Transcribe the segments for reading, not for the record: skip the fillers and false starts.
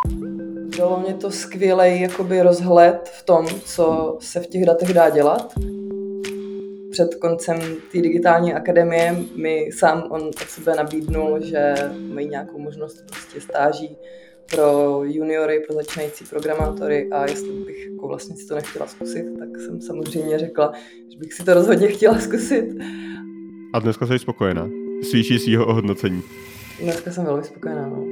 Dalo mě to skvělej jakoby rozhled v tom, co se v těch datech dá dělat. Před koncem té digitální akademie mi sám on od sebe nabídnul, že mají nějakou možnost prostě stáží pro juniory, pro začínající programátory a jestli bych jako vlastně si to nechtěla zkusit, tak jsem samozřejmě řekla, že bych si to rozhodně chtěla zkusit. A dneska jsi spokojená? Slyší svýho ohodnocení? Dneska jsem velmi spokojená, no.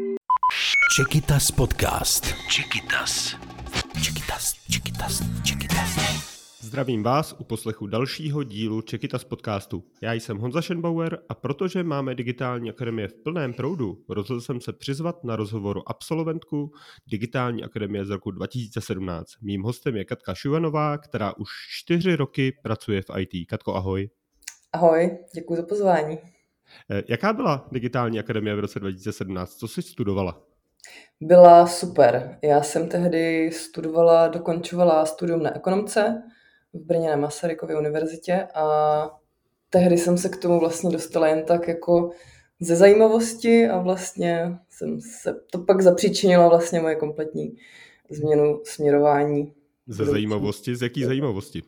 Čekytas podcast. Čekytas. Čekytas, Čekytas, Čekytas. Zdravím vás u poslechu dalšího dílu Čekytas podcastu. Já jsem Honza Schenbauer a protože máme digitální akademie v plném proudu, rozhodl jsem se přizvat na rozhovor absolventku digitální akademie z roku 2017. Mým hostem je Katka Šuvanová, která už 4 roky pracuje v IT. Katko, ahoj. Ahoj, děkuji za pozvání. Jaká byla digitální akademie v roce 2017? Co jsi studovala? Byla super. Já jsem tehdy dokončovala studium na ekonomce v Brně na Masarykově univerzitě a tehdy jsem se k tomu vlastně dostala jen tak jako ze zajímavosti a vlastně jsem se to pak zapříčinilo vlastně moje kompletní změnu směrování. Ze zajímavosti? Z jaký zajímavosti?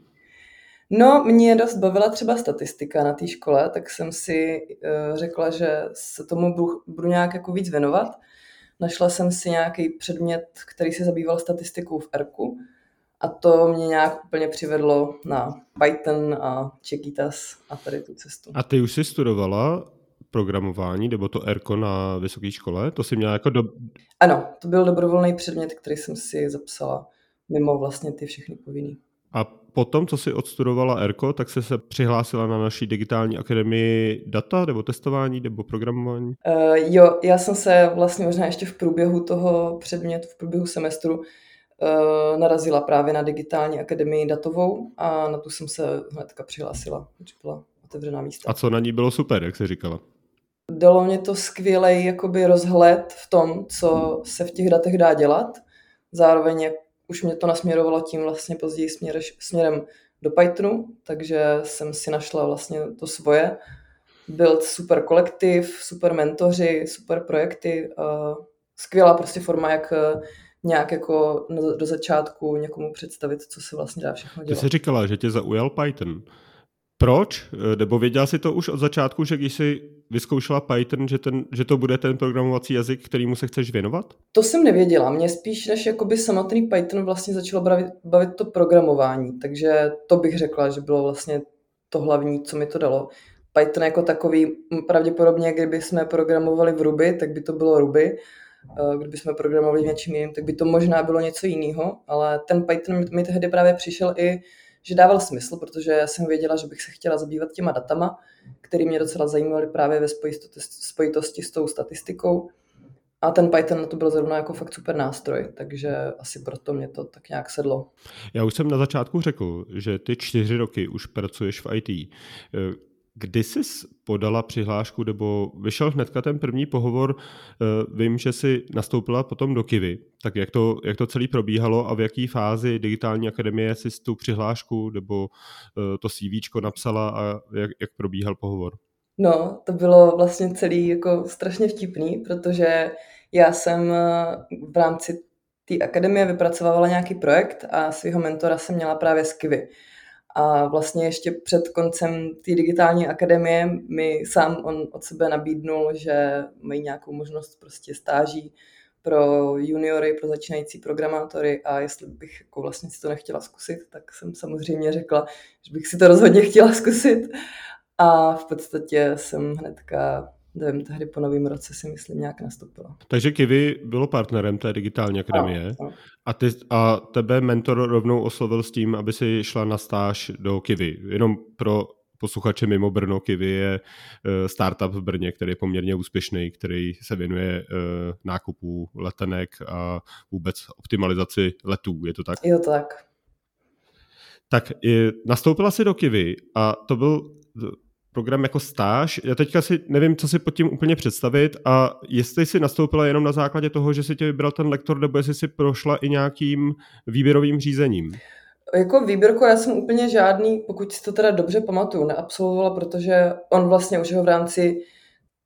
No, mě dost bavila třeba statistika na té škole, tak jsem si řekla, že se tomu budu nějak jako víc věnovat. Našla jsem si nějaký předmět, který se zabýval statistikou v ERKu a to mě nějak úplně přivedlo na Python a Čekytas a tady tu cestu. A ty už jsi studovala programování, nebo to ERKo na vysoké škole? To jsi měla jako Ano, to byl dobrovolný předmět, který jsem si zapsala mimo vlastně ty všechny povinný. A potom, co jsi odstudovala ERKo, tak jsi se přihlásila na naší digitální akademii data, nebo testování, nebo programování? Jo, já jsem se vlastně možná ještě v průběhu toho předmětu, v průběhu semestru narazila právě na digitální akademii datovou a na tu jsem se hnedka přihlásila, když byla otevřená místa. A co na ní bylo super, jak jsi říkala? Dalo mě to skvělej jakoby rozhled v tom, co se v těch datech dá dělat. Zároveň už mě to nasměrovalo tím vlastně později směrem do Pythonu, takže jsem si našla vlastně to svoje. Byl super kolektiv, super mentoři, super projekty, skvělá prostě forma, jak nějak jako do začátku někomu představit, co se vlastně dá všechno dělat. Ty jsi říkala, že tě zaujal Python. Proč? Nebo věděla jsi to už od začátku, že když jsi vyzkoušela Python, že to bude ten programovací jazyk, kterýmu se chceš věnovat? To jsem nevěděla. Mě spíš než jakoby samotný Python vlastně začalo bavit to programování, takže to bych řekla, že bylo vlastně to hlavní, co mi to dalo. Python jako takový, pravděpodobně, kdyby jsme programovali v Ruby, tak by to bylo Ruby. Kdyby jsme programovali v něčím jiným, tak by to možná bylo něco jiného, ale ten Python mi tehdy právě přišel i, že dával smysl, protože jsem věděla, že bych se chtěla zabývat těma datama, které mě docela zajímaly právě ve spojitosti s tou statistikou. A ten Python na to byl zrovna jako fakt super nástroj, takže asi proto mě to tak nějak sedlo. Já už jsem na začátku řekl, že ty 4 roky už pracuješ v IT. Kdy jsi podala přihlášku, nebo vyšel hnedka ten první pohovor? Vím, že jsi nastoupila potom do Kivy. Tak jak to celé probíhalo a v jaké fázi digitální akademie jsi tu přihlášku nebo to CVčko napsala a jak probíhal pohovor? No, to bylo vlastně celý jako strašně vtipný, protože já jsem v rámci té akademie vypracovávala nějaký projekt a svého mentora jsem měla právě z Kivy. A vlastně ještě před koncem té digitální akademie mi sám on od sebe nabídnul, že mají nějakou možnost prostě stáží pro juniory, pro začínající programátory a jestli bych jako vlastně si to nechtěla zkusit, tak jsem samozřejmě řekla, že bych si to rozhodně chtěla zkusit. A v podstatě jsem hnedka, nevím, tehdy po novém roce si myslím nějak nastoupila. Takže Kivy bylo partnerem té digitální akademie a tebe mentor rovnou oslovil s tím, aby si šla na stáž do Kivy. Jenom pro posluchače mimo Brno, Kivy je startup v Brně, který je poměrně úspěšný, který se věnuje nákupu letenek a vůbec optimalizaci letů. Je to tak? Jo, tak. Tak nastoupila si do Kivy a to byl program jako stáž. Já teďka si nevím, co si pod tím úplně představit a jestli si nastoupila jenom na základě toho, že si tě vybral ten lektor, nebo jestli si prošla i nějakým výběrovým řízením. Jako výběrku já jsem úplně žádný, pokud si to teda dobře pamatuju, neabsolvovala, protože on vlastně už ho v rámci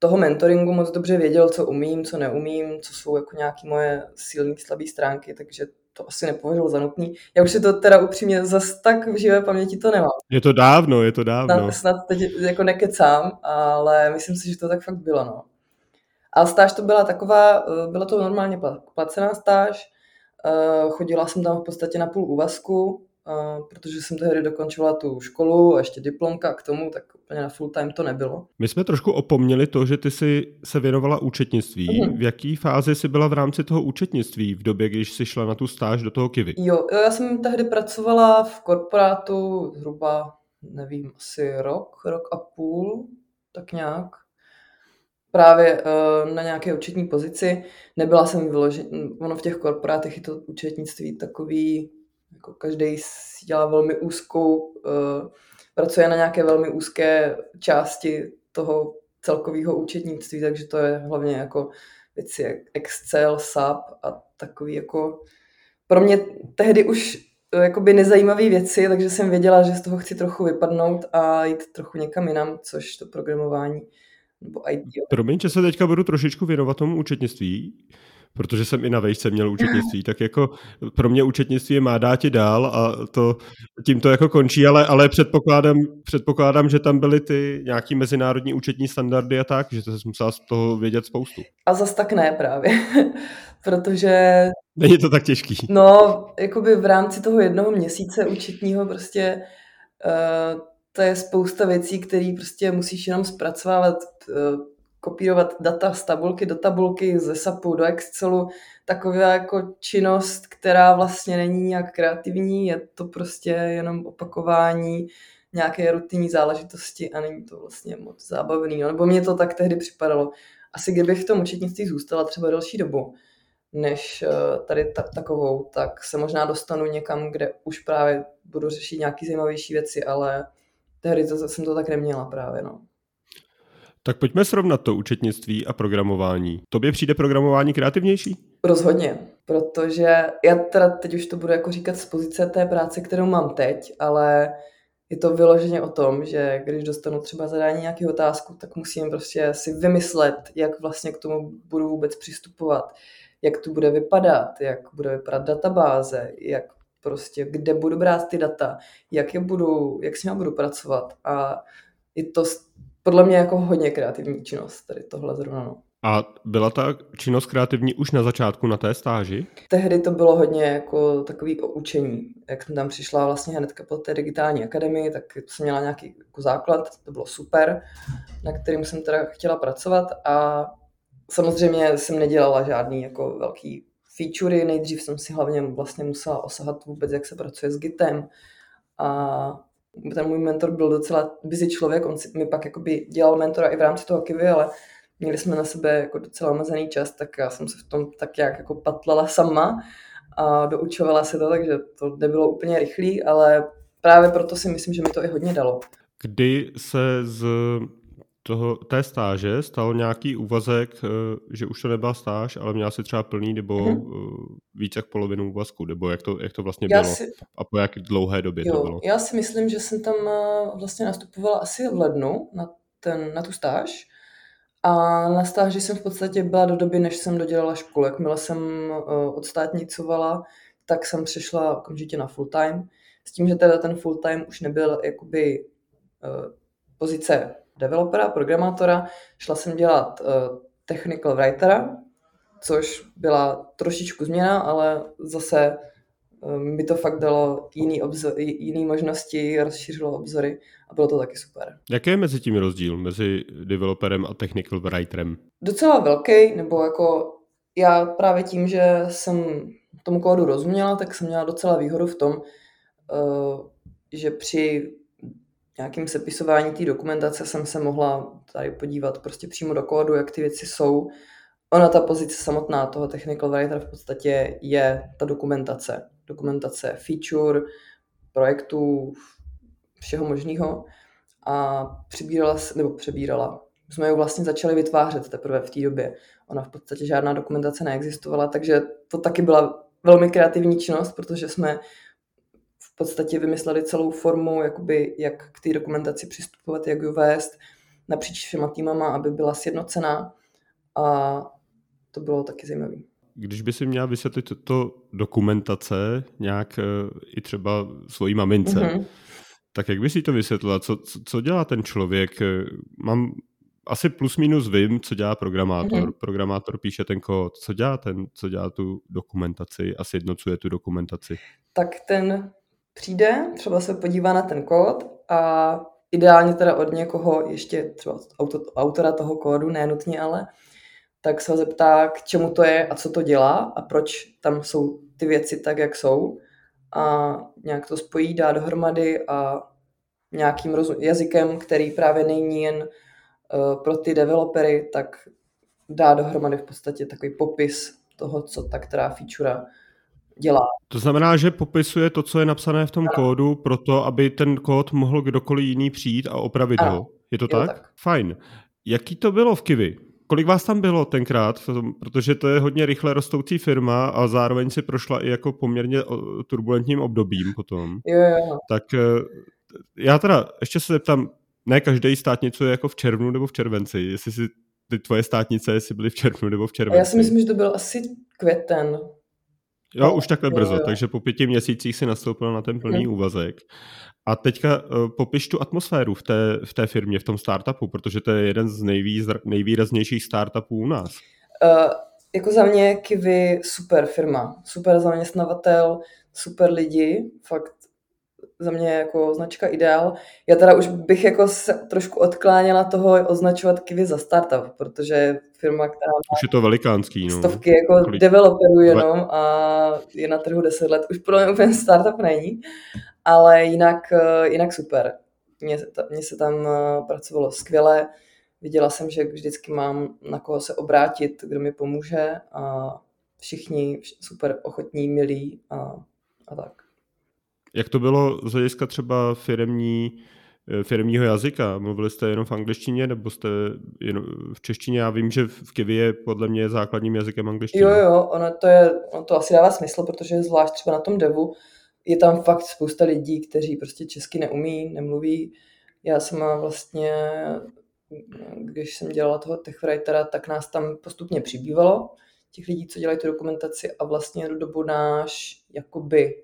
toho mentoringu moc dobře věděl, co umím, co neumím, co jsou jako nějaké moje silné, slabé stránky, takže to asi nepovažoval za nutný. Já už si to teda upřímně zas tak v živé paměti to nemám. Je to dávno. Snad teď jako nekecám, ale myslím si, že to tak fakt bylo, no. A stáž to byla taková, byla to normálně placená stáž, chodila jsem tam v podstatě na půl úvazku, protože jsem tehdy dokončovala tu školu a ještě diplomka k tomu, tak úplně na full time to nebylo. My jsme trošku opomněli to, že ty si se věnovala účetnictví. V jaký fázi jsi byla v rámci toho účetnictví v době, když jsi šla na tu stáž do toho Kivy? Jo, já jsem tehdy pracovala v korporátu zhruba, nevím, asi rok a půl, tak nějak. Právě na nějaké účetní pozici. Nebyla jsem ono v těch korporátech je to účetnictví takový, jako každý si dělá velmi úzkou, pracuje na nějaké velmi úzké části toho celkového účetnictví, takže to je hlavně jako věci jak Excel, SAP a takový jako pro mě tehdy už jakoby nezajímavé věci, takže jsem věděla, že z toho chci trochu vypadnout a jít trochu někam jinam, což to programování nebo IT. Promiň, že se teďka budu trošičku věnovat tomu účetnictví, protože jsem i na vejšce měl účetnictví, tak jako pro mě účetnictví je má dáti dál a tím to jako končí, ale předpokládám, že tam byly ty nějaký mezinárodní účetní standardy a tak, že to jsi musela z toho vědět spoustu. A zas tak ne právě, protože... Není to tak těžký. No, jakoby v rámci toho 1 měsíce účetního prostě to je spousta věcí, které prostě musíš jenom zpracovávat, kopírovat data z tabulky do tabulky, ze SAPu do Excelu, taková jako činnost, která vlastně není nějak kreativní, je to prostě jenom opakování nějaké rutinní záležitosti a není to vlastně moc zábavný. No? Nebo mně to tak tehdy připadalo. Asi kdybych v tom účetnictví zůstala třeba delší dobu, než tady takovou, tak se možná dostanu někam, kde už právě budu řešit nějaké zajímavější věci, ale tehdy jsem to tak neměla právě, no. Tak pojďme srovnat to účetnictví a programování. Tobě přijde programování kreativnější? Rozhodně, protože já teda teď už to budu jako říkat z pozice té práce, kterou mám teď, ale je to vyloženě o tom, že když dostanu třeba zadání nějakého otázku, tak musím prostě si vymyslet, jak vlastně k tomu budu vůbec přistupovat, jak to bude vypadat, jak bude vypadat databáze, jak prostě, kde budu brát ty data, jak s nimi budu pracovat a je to podle mě jako hodně kreativní činnost, tady tohle zrovna. No. A byla ta činnost kreativní už na začátku na té stáži? Tehdy to bylo hodně jako takový učení. Jak jsem tam přišla vlastně hnedka po té digitální akademii, tak jsem měla nějaký jako základ, to bylo super, na kterým jsem teda chtěla pracovat a samozřejmě jsem nedělala žádný jako velký featurey, nejdřív jsem si hlavně vlastně musela osahat vůbec, jak se pracuje s Gitem a ten můj mentor byl docela busy člověk, on mi pak jakoby dělal mentora i v rámci toho Kivy, ale měli jsme na sebe jako docela omezený čas, tak já jsem se v tom tak nějak jako patlala sama a doučovala se to, takže to nebylo úplně rychlý, ale právě proto si myslím, že mi to i hodně dalo. Kdy se z té stáže stal nějaký úvazek, že už to nebyla stáž, ale měla si třeba plný nebo víc jak polovinu úvazku, nebo jak to vlastně bylo a po jak dlouhé době to bylo? Já si myslím, že jsem tam vlastně nastupovala asi v lednu na tu stáž a na stáži jsem v podstatě byla do doby, než jsem dodělala školu. Jakmile jsem odstátnicovala, tak jsem přešla okamžitě na full time, s tím, že teda ten full time už nebyl jakoby pozice developera, programátora, šla jsem dělat technical writera, což byla trošičku změna, ale zase mi to fakt dalo jiný možnosti, rozšířilo obzory a bylo to taky super. Jaký je mezi tím rozdíl, mezi developerem a technical writerem? Docela velký, nebo jako já právě tím, že jsem tomu kódu rozuměla, tak jsem měla docela výhodu v tom, že při nějakým sepisování té dokumentace jsem se mohla tady podívat prostě přímo do kódu, jak ty věci jsou. Ona ta pozice samotná toho technical writer v podstatě je ta dokumentace. Dokumentace feature, projektů, všeho možného. A přebírala. My jsme ji vlastně začali vytvářet teprve v té době. Ona v podstatě žádná dokumentace neexistovala, takže to taky byla velmi kreativní činnost, protože jsme v podstatě vymysleli celou formu, jakoby, jak k té dokumentaci přistupovat, jak ji vést, napříč všema týmama, aby byla sjednocená a to bylo taky zajímavé. Když by si měla vysvětlit to dokumentace nějak i třeba svojí mamince, tak jak by si to vysvětlila? Co dělá ten člověk? Mám asi plus minus vím, co dělá programátor. Programátor píše ten kód. Co dělá tu dokumentaci a sjednocuje tu dokumentaci? Tak ten přijde, třeba se podívá na ten kód a ideálně teda od někoho, ještě třeba autora toho kódu, ne nutně ale, tak se ho zeptá, k čemu to je a co to dělá a proč tam jsou ty věci tak, jak jsou. A nějak to spojí, dá dohromady a nějakým jazykem, který právě není jen pro ty developery, tak dá dohromady v podstatě takový popis toho, co ta která feature dělá. To znamená, že popisuje to, co je napsané v tom kódu, proto, aby ten kód mohl kdokoliv jiný přijít a opravit ho. Je to tak? Fajn. Jaký to bylo v Kiwi? Kolik vás tam bylo tenkrát? Protože to je hodně rychle rostoucí firma a zároveň si prošla i jako poměrně turbulentním obdobím potom. Jo. Tak já teda ještě se zeptám, ne každý státnicu je jako v červnu nebo v červenci. Jestli si ty tvoje státnice, jestli byly v červnu nebo v červenci. A já si myslím, že to byl asi květen. Jo, už takhle brzo, takže po 5 měsících si nastoupil na ten plný úvazek. A teďka popiš tu atmosféru v té firmě, v tom startupu, protože to je jeden z nejvýraznějších startupů u nás. Jako za mě Kiwi super firma, super zaměstnavatel, super lidi, fakt za mě jako značka ideál. Já teda už bych jako se trošku odkláněla toho označovat Kiwi za startup, protože firma, která má už je to velikánský, no. Stovky jako developerů jenom a je na trhu 10 let, už pro mě úplně startup není, ale jinak super. Mně se tam pracovalo skvěle, viděla jsem, že vždycky mám na koho se obrátit, kdo mi pomůže a všichni super ochotní, milí a tak. Jak to bylo z hlediska třeba firemního jazyka? Mluvili jste jenom v angličtině nebo jste jenom v češtině? Já vím, že v Kiwi je podle mě základním jazykem angličtina. Jo, ono to asi dává smysl, protože zvlášť třeba na tom devu je tam fakt spousta lidí, kteří prostě česky neumí, nemluví. Já sama vlastně, když jsem dělala toho techwritera, tak nás tam postupně přibývalo, těch lidí, co dělají tu dokumentaci a vlastně do dobu náš jakoby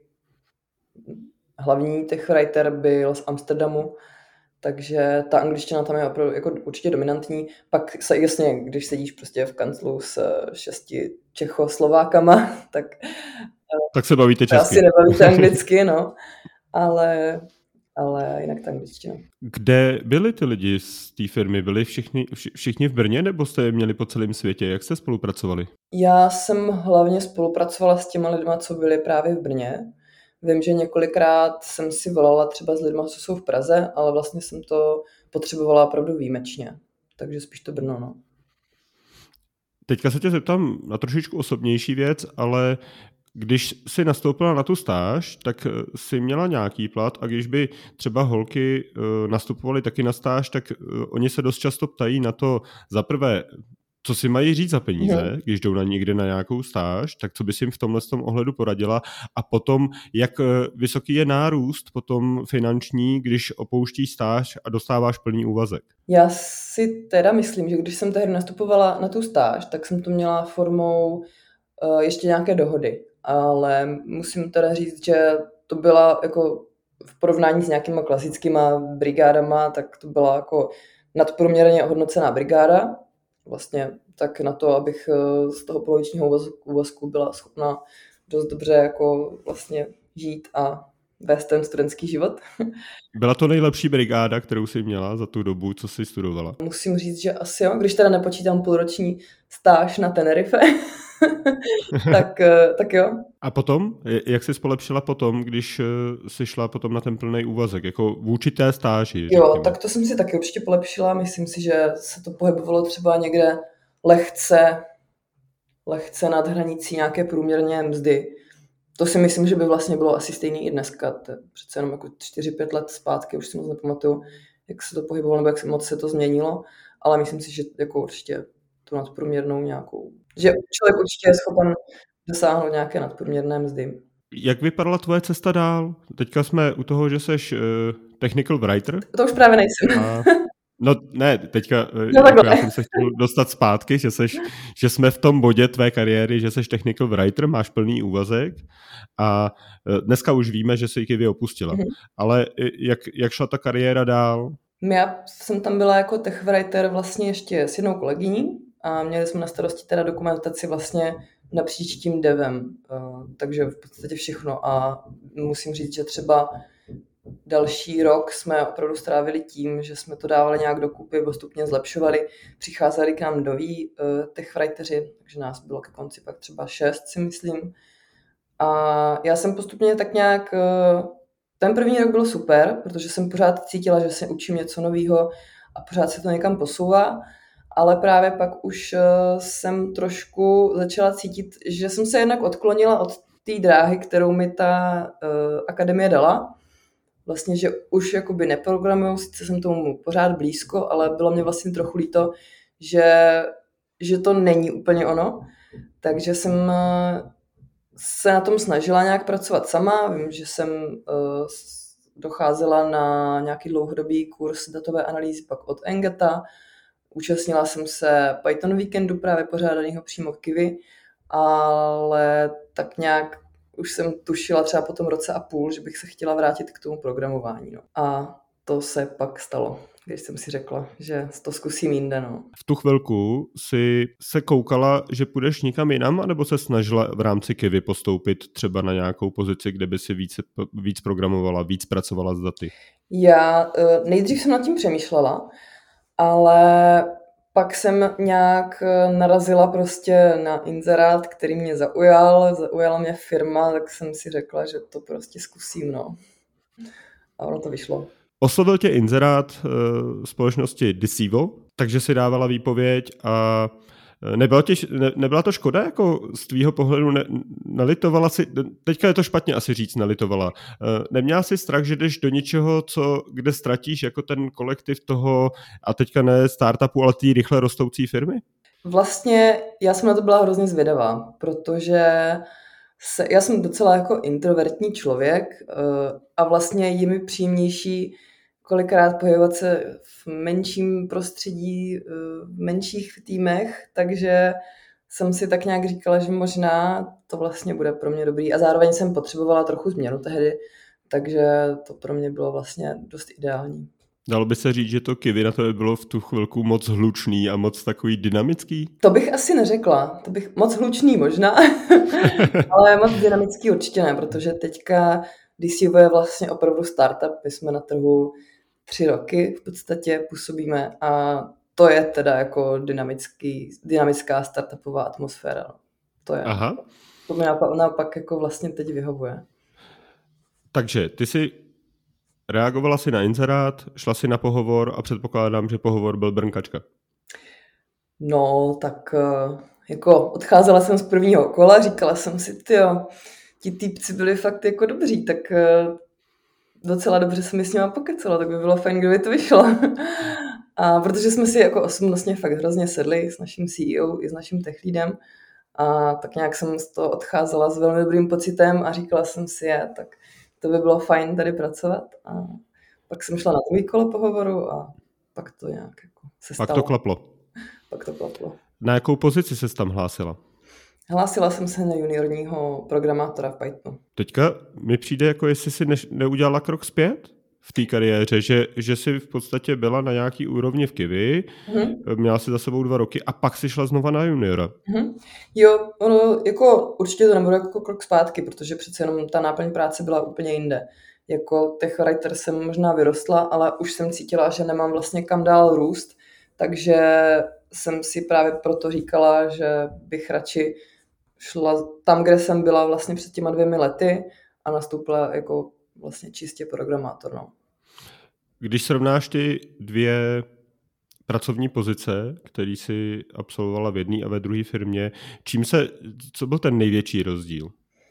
hlavní techwriter byl z Amsterdamu, takže ta angličtina tam je opravdu jako určitě dominantní. Pak jasně, když sedíš prostě v kanclu s 6 Čechoslovákama, tak se bavíte česky. Asi nebavíte anglicky, no, ale jinak ta angličtina. Kde byli ty lidi z té firmy? Byli všichni v Brně, nebo jste je měli po celém světě? Jak jste spolupracovali? Já jsem hlavně spolupracovala s těma lidma, co byli právě v Brně. Vím, že několikrát jsem si volala třeba s lidma, co jsou v Praze, ale vlastně jsem to potřebovala opravdu výjimečně. Takže spíš to Brno, no. Teďka se tě zeptám na trošičku osobnější věc, ale když jsi nastoupila na tu stáž, tak jsi měla nějaký plat a když by třeba holky nastupovaly taky na stáž, tak oni se dost často ptají na to za prvé, co si mají říct za peníze, když jdou někde na nějakou stáž, tak co bys jim v tomhle ohledu poradila a potom, jak vysoký je nárůst potom finanční, když opouštíš stáž a dostáváš plný úvazek? Já si teda myslím, že když jsem tehdy nastupovala na tu stáž, tak jsem to měla formou ještě nějaké dohody, ale musím teda říct, že to byla jako v porovnání s nějakýma klasickýma brigádama, tak to byla jako nadprůměrně hodnocená brigáda, vlastně tak na to, abych z toho polovičního úvazku byla schopna dost dobře jako vlastně žít a vést ten studentský život. Byla to nejlepší brigáda, kterou jsi měla za tu dobu, co jsi studovala? Musím říct, že asi jo, když teda nepočítám půlroční stáž na Tenerife, tak jo. A potom, jak jsi polepšila potom, když jsi šla potom na ten plný úvazek, jako vůči té stáži? Jo, řekněme. Tak to jsem si taky určitě polepšila. Myslím si, že se to pohybovalo třeba někde lehce nad hranicí nějaké průměrné mzdy. To si myslím, že by vlastně bylo asi stejný i dneska. To je přece jenom jako 4-5 let zpátky, už si moc nepamatuju, jak se to pohybovalo, nebo jak moc se to změnilo, ale myslím si, že jako určitě tu nadprůměrnou nějakou, že člověk určitě je schopen dosáhnout nějaké nadprůměrné mzdy. Jak vypadala tvoje cesta dál? Teďka jsme u toho, že seš technical writer. To už právě nejsem. No ne, teďka No jako já takhle. jsem se chtěl dostat zpátky, že jsme v tom bodě tvé kariéry, že seš technical writer, máš plný úvazek a dneska už víme, že jsi Kivy opustila. Ale jak šla ta kariéra dál? Já jsem tam byla jako tech writer vlastně ještě s jednou kolegyní a měli jsme na starosti teda dokumentaci vlastně napříč tím devem, takže v podstatě všechno a musím říct, že třeba další rok jsme opravdu strávili tím, že jsme to dávali nějak dokupy, postupně zlepšovali, přicházeli k nám noví tech writeři, takže nás bylo ke konci pak třeba 6, si myslím. A já jsem postupně tak nějak, ten první rok byl super, protože jsem pořád cítila, že se učím něco nového a pořád se to někam posouvá, ale právě pak už jsem trošku začala cítit, že jsem se jednak odklonila od té dráhy, kterou mi ta akademie dala. Vlastně, že už jakoby neprogramuju, sice jsem tomu pořád blízko, ale bylo mě vlastně trochu líto, že to není úplně ono. Takže jsem se na tom snažila nějak pracovat sama. Vím, že jsem docházela na nějaký dlouhodobý kurz datové analýzy pak od Engeta. Účastnila jsem se Python víkendu právě pořádaného přímo v Kivy, ale tak nějak už jsem tušila třeba po tom roce a půl, že bych se chtěla vrátit k tomu programování. No. A to se pak stalo, když jsem si řekla, že to zkusím jinde. No. V tu chvilku si se koukala, že půjdeš někam jinam, anebo se snažila v rámci Kivy postoupit třeba na nějakou pozici, kde by si víc programovala, víc pracovala s daty? Já nejdřív jsem nad tím přemýšlela, ale pak jsem nějak narazila prostě na inzerát, který mě zaujala mě firma, tak jsem si řekla, že to prostě zkusím, no. A ono to vyšlo. Oslovil tě inzerát společnosti Deceivo, takže si dávala výpověď a nebyla to škoda, jako z tvýho pohledu nalitovala si, teďka je to špatně asi říct nalitovala, neměla si strach, že jdeš do něčeho, kde ztratíš jako ten kolektiv toho, a teďka ne startupu, ale té rychle rostoucí firmy? Vlastně já jsem na to byla hrozně zvědavá, protože já jsem docela jako introvertní člověk a vlastně je mi příjemnější kolikrát pohybovat se v menším prostředí, v menších týmech, takže jsem si tak nějak říkala, že možná to vlastně bude pro mě dobrý a zároveň jsem potřebovala trochu změnu tehdy, takže to pro mě bylo vlastně dost ideální. Dalo by se říct, že to Kivy na to bylo v tu chvilku moc hlučný a moc takový dynamický? To bych asi neřekla. To bych moc hlučný možná, ale moc dynamický určitě ne, protože teďka Deceivo je vlastně opravdu startup. My jsme na trhu 3 roky v podstatě působíme a to je teda jako dynamická startupová atmosféra. To je. Aha. To mi naopak jako vlastně teď vyhovuje. Takže ty si reagovala si na inzerát, šla si na pohovor a předpokládám, že pohovor byl brnkačka. No, tak jako odcházela jsem z prvního kola, říkala jsem si, ti týpci byli fakt jako dobří, tak docela dobře se mi s nima pokecala, tak by bylo fajn, kdyby to vyšlo. A protože jsme si jako osobnostně fakt hrozně sedli s naším CEO i s naším tech leadem a tak nějak jsem z toho odcházela s velmi dobrým pocitem a říkala jsem si, tak to by bylo fajn tady pracovat. A pak jsem šla na druhý kolo pohovoru a pak to nějak jako se stalo. Pak to klaplo. Pak to klaplo. Na jakou pozici ses tam hlásila? Hlásila jsem se na juniorního programátora v Pythonu. Teďka mi přijde, jako jestli si neudělala krok zpět v té kariéře, že jsi v podstatě byla na nějaký úrovni v Kivy, měla si za sebou 2 roky a pak si šla znova na juniora. Jo, ono, jako určitě to nebude jako krok zpátky, protože přece jenom ta náplň práce byla úplně jinde. Jako tech writer jsem možná vyrostla, ale už jsem cítila, že nemám vlastně kam dál růst, takže jsem si právě proto říkala, že bych radši šla tam, kde jsem byla vlastně před těma 2 lety a nastoupila jako vlastně čistě programátor. No. Když srovnáš ty 2 pracovní pozice, který si absolvovala v jedné a ve druhé firmě, co byl ten největší rozdíl?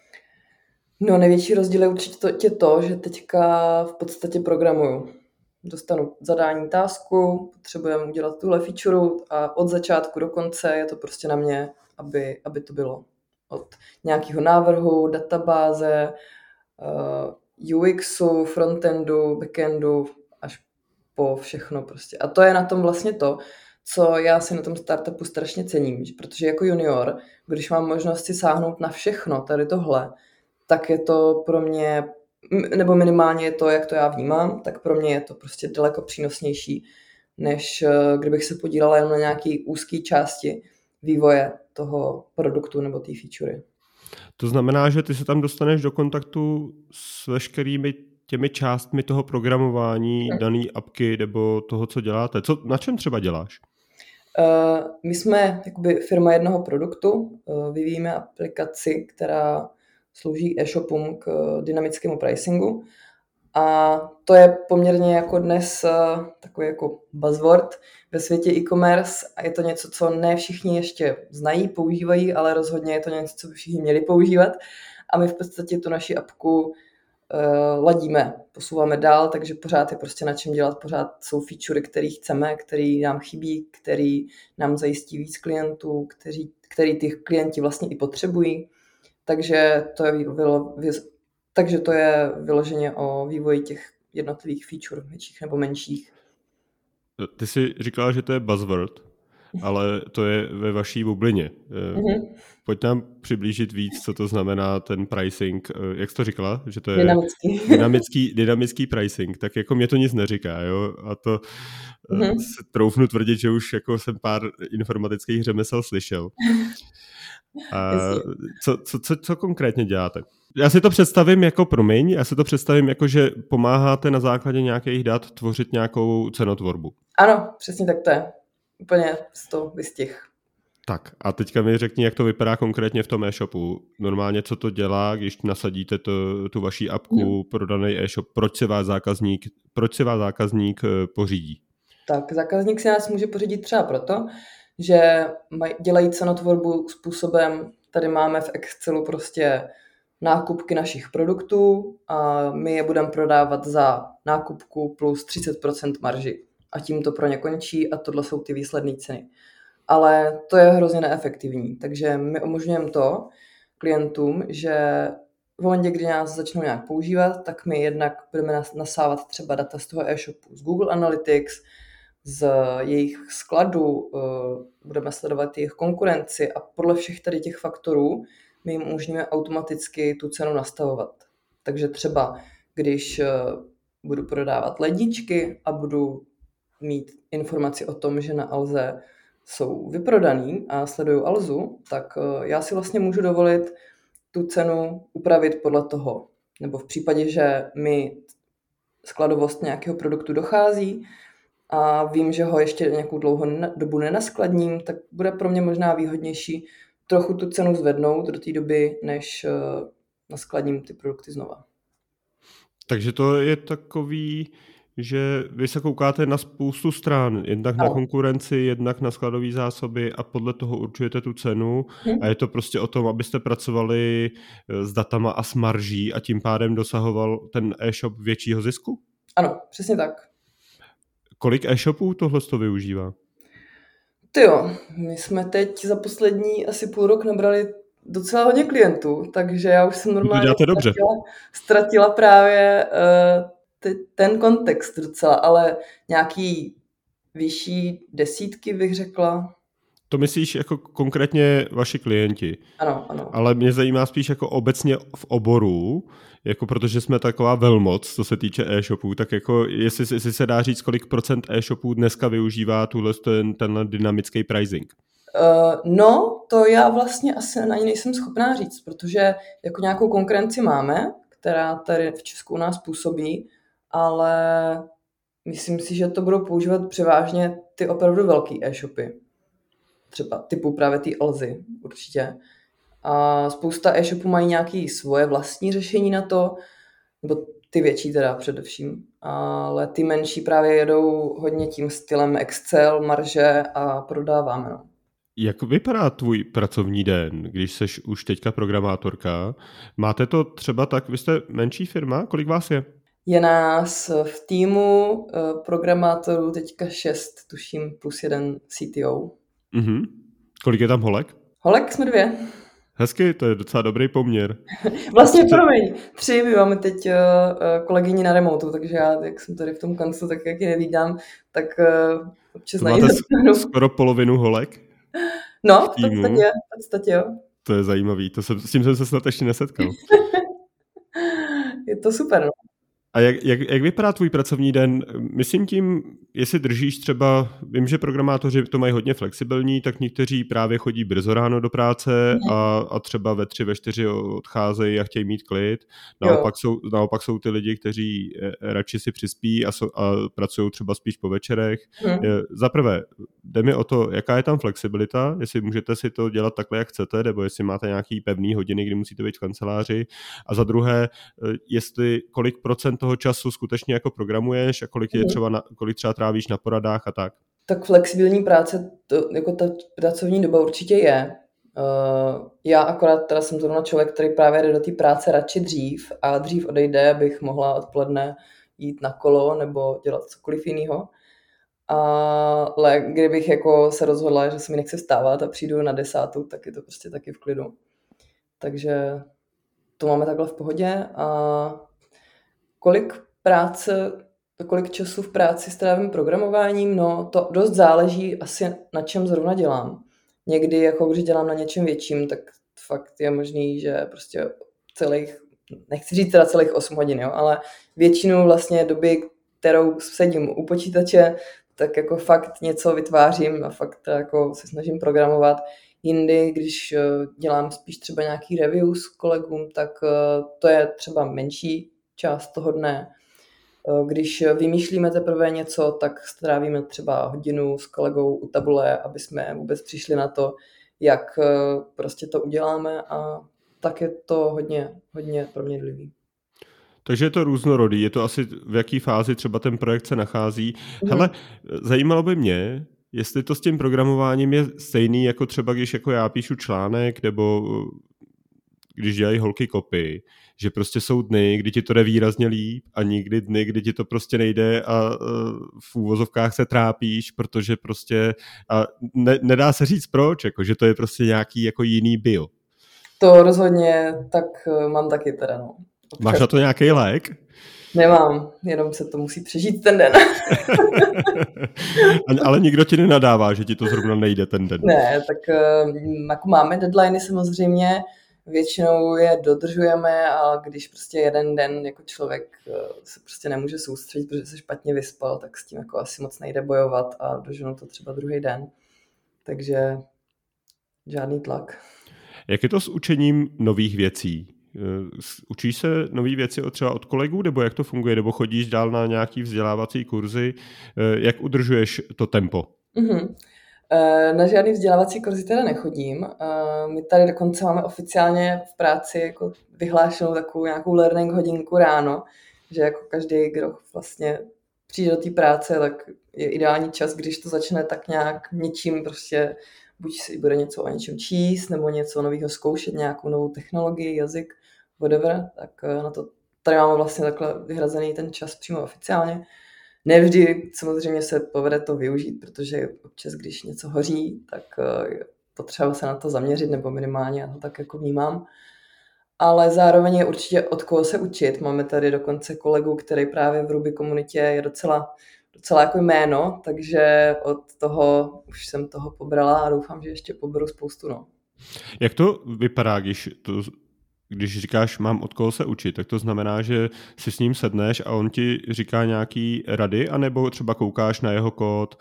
No, největší rozdíl je určitě to, že teďka v podstatě programuju. Dostanu zadání tasku, potřebujeme udělat tuhle feature a od začátku do konce je to prostě na mě, aby to bylo. Od nějakého návrhu, databáze, UXu, frontendu, backendu, až po všechno prostě. A to je na tom vlastně to, co já si na tom startupu strašně cením, protože jako junior, když mám možnost si sáhnout na všechno tady tohle, tak je to pro mě, nebo minimálně je to, jak to já vnímám, tak pro mě je to prostě daleko přínosnější, než kdybych se podílela jen na nějaký úzký části vývoje toho produktu nebo té featurey. To znamená, že ty se tam dostaneš do kontaktu s veškerými těmi částmi toho programování, daný apky nebo toho, co děláte. Na čem třeba děláš? My jsme jakoby firma jednoho produktu, vyvíjíme aplikaci, která slouží e-shopům k dynamickému pricingu a to je poměrně jako dnes takový jako buzzword ve světě e-commerce a je to něco, co ne všichni ještě znají, používají, ale rozhodně je to něco, co by všichni měli používat a my v podstatě tu naši apku ladíme, posouváme dál, takže pořád je prostě na čem dělat, pořád jsou featurey, které chceme, které nám chybí, které nám zajistí víc klientů, který ty klienti vlastně i potřebují. Takže to je vyloženě o vývoji těch jednotlivých feature, větších nebo menších. Ty jsi říkala, že to je buzzword, ale to je ve vaší bublině. Pojď nám přiblížit víc, co to znamená ten pricing. Jak jsi to říkala? Že to je dynamický pricing. Tak jako mě to nic neříká. Jo? A to se troufnu tvrdit, že už jako jsem pár informatických řemesel slyšel. A co konkrétně děláte? Já si to představím jako, že pomáháte na základě nějakých dat tvořit nějakou cenotvorbu. Ano, přesně tak to je. Úplně z toho vystih. Tak a teďka mi řekni, jak to vypadá konkrétně v tom e-shopu. Normálně, co to dělá, když nasadíte tu vaši apku pro daný e-shop, proč se vás zákazník pořídí? Tak, zákazník si nás může pořídit třeba proto, že dělají cenotvorbu způsobem, tady máme v Excelu prostě nákupky našich produktů a my je budeme prodávat za nákupku plus 30% marži. A tím to pro ně končí a tohle jsou ty výsledné ceny. Ale to je hrozně neefektivní, takže my umožňujeme to klientům, že v momentě, kdy nás začnou nějak používat, tak my jednak budeme nasávat třeba data z toho e-shopu, z Google Analytics, z jejich skladu, budeme sledovat jejich konkurenci a podle všech tady těch faktorů my jim umožníme automaticky tu cenu nastavovat. Takže třeba, když budu prodávat ledničky a budu mít informaci o tom, že na Alze jsou vyprodaný a sleduju Alzu, tak já si vlastně můžu dovolit tu cenu upravit podle toho. Nebo v případě, že mi skladovost nějakého produktu dochází a vím, že ho ještě nějakou dlouhou dobu nenaskladním, tak bude pro mě možná výhodnější trochu tu cenu zvednout do té doby, než naskladním ty produkty znova. Takže to je takový, že vy se koukáte na spoustu stran, jednak na konkurenci, jednak na skladové zásoby a podle toho určujete tu cenu a je to prostě o tom, abyste pracovali s datama a s marží a tím pádem dosahoval ten e-shop většího zisku? Ano, přesně tak. Kolik e-shopů tohle to využívá? Tyjo, my jsme teď za poslední asi půl rok nabrali docela hodně klientů, takže já už jsem normálně ztratila právě ten kontext docela, ale nějaký vyšší desítky bych řekla. To myslíš jako konkrétně vaši klienti? Ano. Ale mě zajímá spíš jako obecně v oboru, jako protože jsme taková velmoc, co se týče e-shopů, tak jako jestli se dá říct, kolik procent e-shopů dneska využívá tenhle dynamický pricing? No, to já vlastně asi ani nejsem schopná říct, protože jako nějakou konkurenci máme, která tady v Česku u nás působí, ale myslím si, že to budou používat převážně ty opravdu velký e-shopy. Třeba typu právě ty Alzy určitě. A spousta e-shopů mají nějaké svoje vlastní řešení na to, nebo ty větší teda především, ale ty menší právě jedou hodně tím stylem Excel, marže a prodáváme. No. Jak vypadá tvůj pracovní den, když seš už teďka programátorka? Máte to třeba tak, vy jste menší firma, kolik vás je? Je nás v týmu programátorů teďka 6, tuším, plus jeden CTO. Kolik je tam holek? Holek jsme 2. Hezky, to je docela dobrý poměr. Vlastně promiň, 3, my máme teď kolegyni na remotu, takže já, jak jsem tady v tom kanclu, tak jak ji nevídám, tak občas na ní dostanu. Skoro polovinu holek? No, v podstatě jo. To je zajímavý, s tím jsem se snad ještě nesetkal. Je to super, no. A jak vypadá tvůj pracovní den? Myslím tím, jestli držíš třeba, vím, že programátoři to mají hodně flexibilní, tak někteří právě chodí brzo ráno do práce a třeba ve 3, ve 4 odcházejí a chtějí mít klid. Naopak jsou ty lidi, kteří radši si přispí a pracují třeba spíš po večerech. Za prvé, jde mi o to, jaká je tam flexibilita, jestli můžete si to dělat takhle, jak chcete, nebo jestli máte nějaký pevný hodiny, kdy musíte být v kanceláři. A za druhé, kolik procent toho času skutečně jako programuješ a kolik třeba trávíš na poradách a tak? Tak flexibilní práce, jako ta pracovní doba určitě je. Já akorát teda jsem zrovna člověk, který právě jde do té práce radši dřív a dřív odejde, abych mohla odpoledne jít na kolo nebo dělat cokoliv jiného. Ale kdybych jako se rozhodla, že se mi nechce vstávat a přijdu na 10, tak je to prostě taky v klidu. Takže to máme takhle v pohodě. A kolik času v práci strávím programováním, no to dost záleží asi na čem zrovna dělám. Někdy, jako když dělám na něčem větším, tak fakt je možný, že prostě nechci říct teda celých 8 hodin, jo, ale většinu vlastně doby, kterou sedím u počítače, tak jako fakt něco vytvářím a fakt jako se snažím programovat. Jindy, když dělám spíš třeba nějaký review s kolegům, tak to je třeba menší část toho dne. Když vymýšlíme teprve něco, tak strávíme třeba hodinu s kolegou u tabule, aby jsme vůbec přišli na to, jak prostě to uděláme, a tak je to hodně proměnlivý. Takže je to různorodý, je to asi v jaký fázi třeba ten projekt se nachází. Hele, zajímalo by mě, jestli to s tím programováním je stejný, jako třeba když jako já píšu článek, nebo když dělají holky copy, že prostě jsou dny, kdy ti to jde výrazně líp a nikdy dny, kdy ti to prostě nejde a v úvozovkách se trápíš, protože prostě nedá se říct proč, jako, že to je prostě nějaký jako jiný bio. To rozhodně tak mám taky teda, no. Máš na to nějaký lék? Nemám, jenom se to musí přežít ten den. Ale nikdo ti nenadává, že ti to zrovna nejde ten den. Ne, tak jako máme deadliny samozřejmě, většinou je dodržujeme, ale když prostě jeden den jako člověk se prostě nemůže soustředit, protože se špatně vyspal, tak s tím jako asi moc nejde bojovat a doženu to třeba druhý den. Takže žádný tlak. Jak je to s učením nových věcí? Učíš se nový věci třeba od kolegů, nebo jak to funguje? Nebo chodíš dál na nějaký vzdělávací kurzy? Jak udržuješ to tempo? Na žádný vzdělávací kurzy teda nechodím. My tady dokonce máme oficiálně v práci jako vyhlášenou takovou nějakou learning hodinku ráno, že jako každý, kdo vlastně přijde do té práce, tak je ideální čas, když to začne tak nějak něčím prostě, buď si bude něco o něčem číst, nebo něco nového zkoušet, nějakou novou technologii, jazyk, whatever, tak na to tady máme vlastně takhle vyhrazený ten čas přímo oficiálně. Nevždy samozřejmě se povede to využít, protože občas, když něco hoří, tak je potřeba se na to zaměřit, nebo minimálně já to tak jako vnímám. Ale zároveň je určitě od koho se učit. Máme tady dokonce kolegu, který právě v Ruby komunitě je docela jako jméno, takže od toho už jsem toho pobrala a doufám, že ještě poberu spoustu. No. Jak to vypadá, když říkáš, mám od koho se učit, tak to znamená, že si s ním sedneš a on ti říká nějaký rady, anebo třeba koukáš na jeho kód,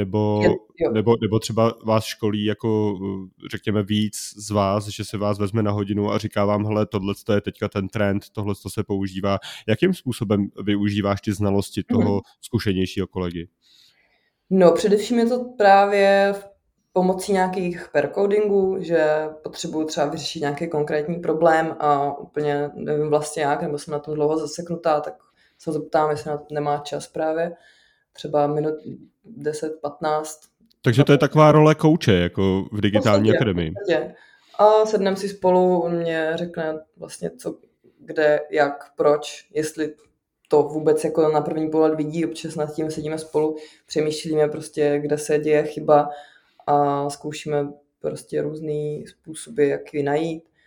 nebo třeba vás školí jako, řekněme, víc z vás, že se vás vezme na hodinu a říká vám, hele, tohle je teďka ten trend, tohle se používá. Jakým způsobem využíváš ty znalosti toho zkušenějšího kolegy? No, především je to právě pomocí nějakých pair codingů, že potřebuju třeba vyřešit nějaký konkrétní problém a úplně nevím vlastně jak, nebo jsem na tom dlouho zaseknutá, tak se zeptám, jestli nemá čas právě, třeba minut 10-15. Takže to je taková role kouče, jako v digitální akademii. A sedneme si spolu, on mě řekne vlastně co, kde, jak, proč, jestli to vůbec jako na první pohled vidí, občas nad tím sedíme spolu, přemýšlíme prostě, kde se děje chyba, a zkoušíme prostě různý způsoby, jak ji najít.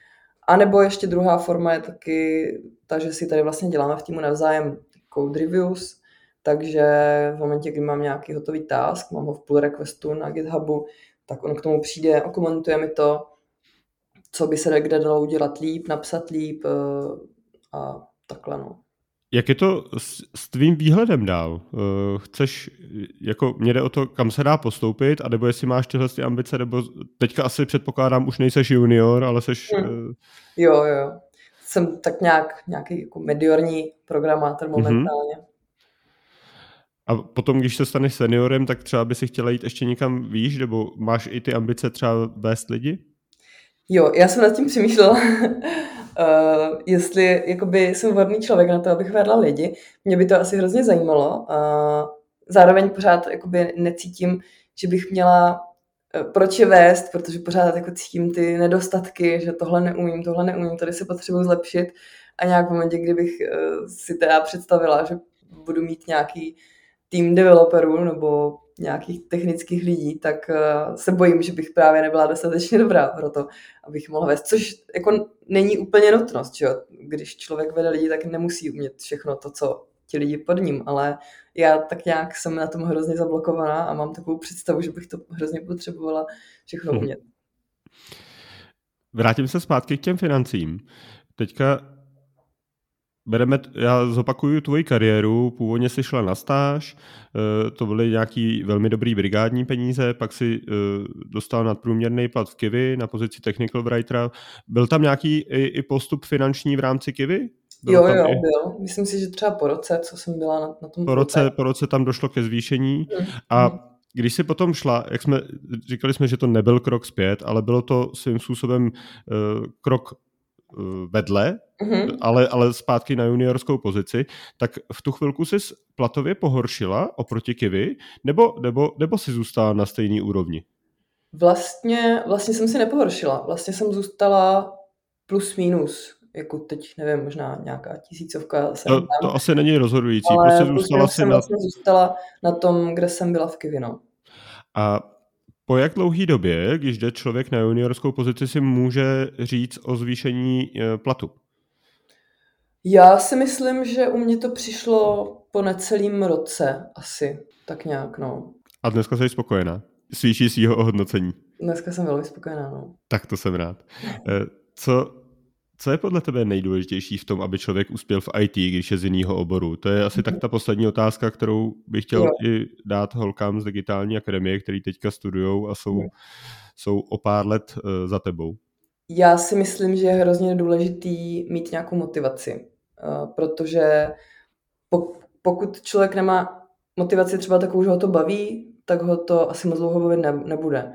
A nebo ještě druhá forma je taky ta, že si tady vlastně děláme v týmu navzájem code reviews, takže v momentě, kdy mám nějaký hotový task, mám ho v pull requestu na GitHubu, tak on k tomu přijde, okomentuje mi to, co by se kde dalo udělat líp, napsat líp a takhle, no. Jak je to s tvým výhledem dál? Chceš, jako mě jde o to, kam se dá postoupit, anebo jestli máš tyhle ty ambice, nebo teďka asi předpokládám, už nejseš junior, ale seš... Jo. Jsem tak nějaký jako mediorní programátor momentálně. A potom, když se staneš seniorem, tak třeba by si chtěla jít ještě někam výš, nebo máš i ty ambice třeba vést lidi? Jo, já jsem nad tím přemýšlela, jestli jakoby jsem vhodný člověk na to, abych vedla lidi. Mě by to asi hrozně zajímalo. Zároveň pořád jakoby necítím, že bych měla proč je vést, protože pořád jako cítím ty nedostatky, že tohle neumím, tady se potřebuji zlepšit. A nějak v momentě, kdybych si teda představila, že budu mít nějaký tým developerů nebo nějakých technických lidí, tak se bojím, že bych právě nebyla dostatečně dobrá pro to, abych mohla vést. Což jako není úplně nutnost, že jo? Když člověk vede lidi, tak nemusí umět všechno to, co ti lidi pod ním, ale já tak nějak jsem na tom hrozně zablokovaná a mám takovou představu, že bych to hrozně potřebovala všechno umět. Vrátím se zpátky k těm financím. Teďka já zopakuju tvoji kariéru, původně jsi šla na stáž, to byly nějaký velmi dobrý brigádní peníze, pak si dostal nadprůměrný plat v Kiwi na pozici technical writera. Byl tam nějaký i postup finanční v rámci Kiwi? Jo, byl. Myslím si, že třeba po roce, co jsem byla na tom... Po roce tam došlo ke zvýšení a když si potom šla, říkali jsme, že to nebyl krok zpět, ale bylo to svým způsobem krok vedle, ale zpátky na juniorskou pozici, tak v tu chvilku jsi platově pohoršila oproti Kiwi, nebo jsi zůstala na stejné úrovni? Vlastně jsem si nepohoršila. Vlastně jsem zůstala plus minus, jako teď, nevím, možná nějaká 1000. To asi není rozhodující. Ale prostě jsem vlastně zůstala na tom, kde jsem byla v Kiwi, no. A po jak dlouhý době, když jde člověk na juniorskou pozici, si může říct o zvýšení platu? Já si myslím, že u mě to přišlo po necelým roce asi, tak nějak, no. A dneska jsi spokojená? Svýší svýho ohodnocení? Dneska jsem velmi spokojená, no. Tak to jsem rád. Co je podle tebe nejdůležitější v tom, aby člověk uspěl v IT, když je z jiného oboru? To je asi tak ta poslední otázka, kterou bych chtěl i dát holkám z digitální akademie, který teďka studujou a jsou o pár let za tebou. Já si myslím, že je hrozně důležitý mít nějakou motivaci, protože pokud člověk nemá motivaci třeba takovou, že ho to baví, tak ho to asi moc dlouho bavit nebude.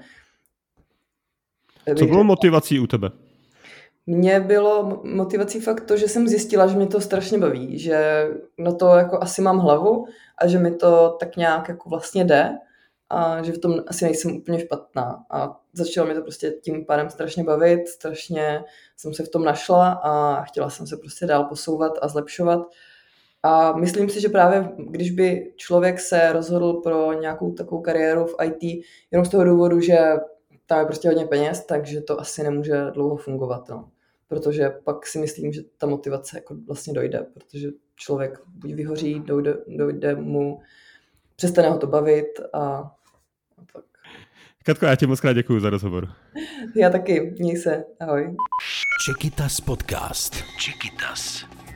Co bylo motivací u tebe? Mně bylo motivací fakt to, že jsem zjistila, že mě to strašně baví, že na to jako asi mám hlavu a že mi to tak nějak jako vlastně jde a že v tom asi nejsem úplně špatná. A začalo mi to prostě tím pádem strašně bavit, strašně jsem se v tom našla a chtěla jsem se prostě dál posouvat a zlepšovat. A myslím si, že právě když by člověk se rozhodl pro nějakou takovou kariéru v IT jenom z toho důvodu, že tam je prostě hodně peněz, takže to asi nemůže dlouho fungovat, no. Protože pak si myslím, že ta motivace jako vlastně dojde, protože člověk buď vyhoří, dojde mu, přestane ho to bavit a tak. Katko, já ti moc krát děkuju za rozhovor. Já taky, měj se, ahoj. Čekytas podcast. Čekytas.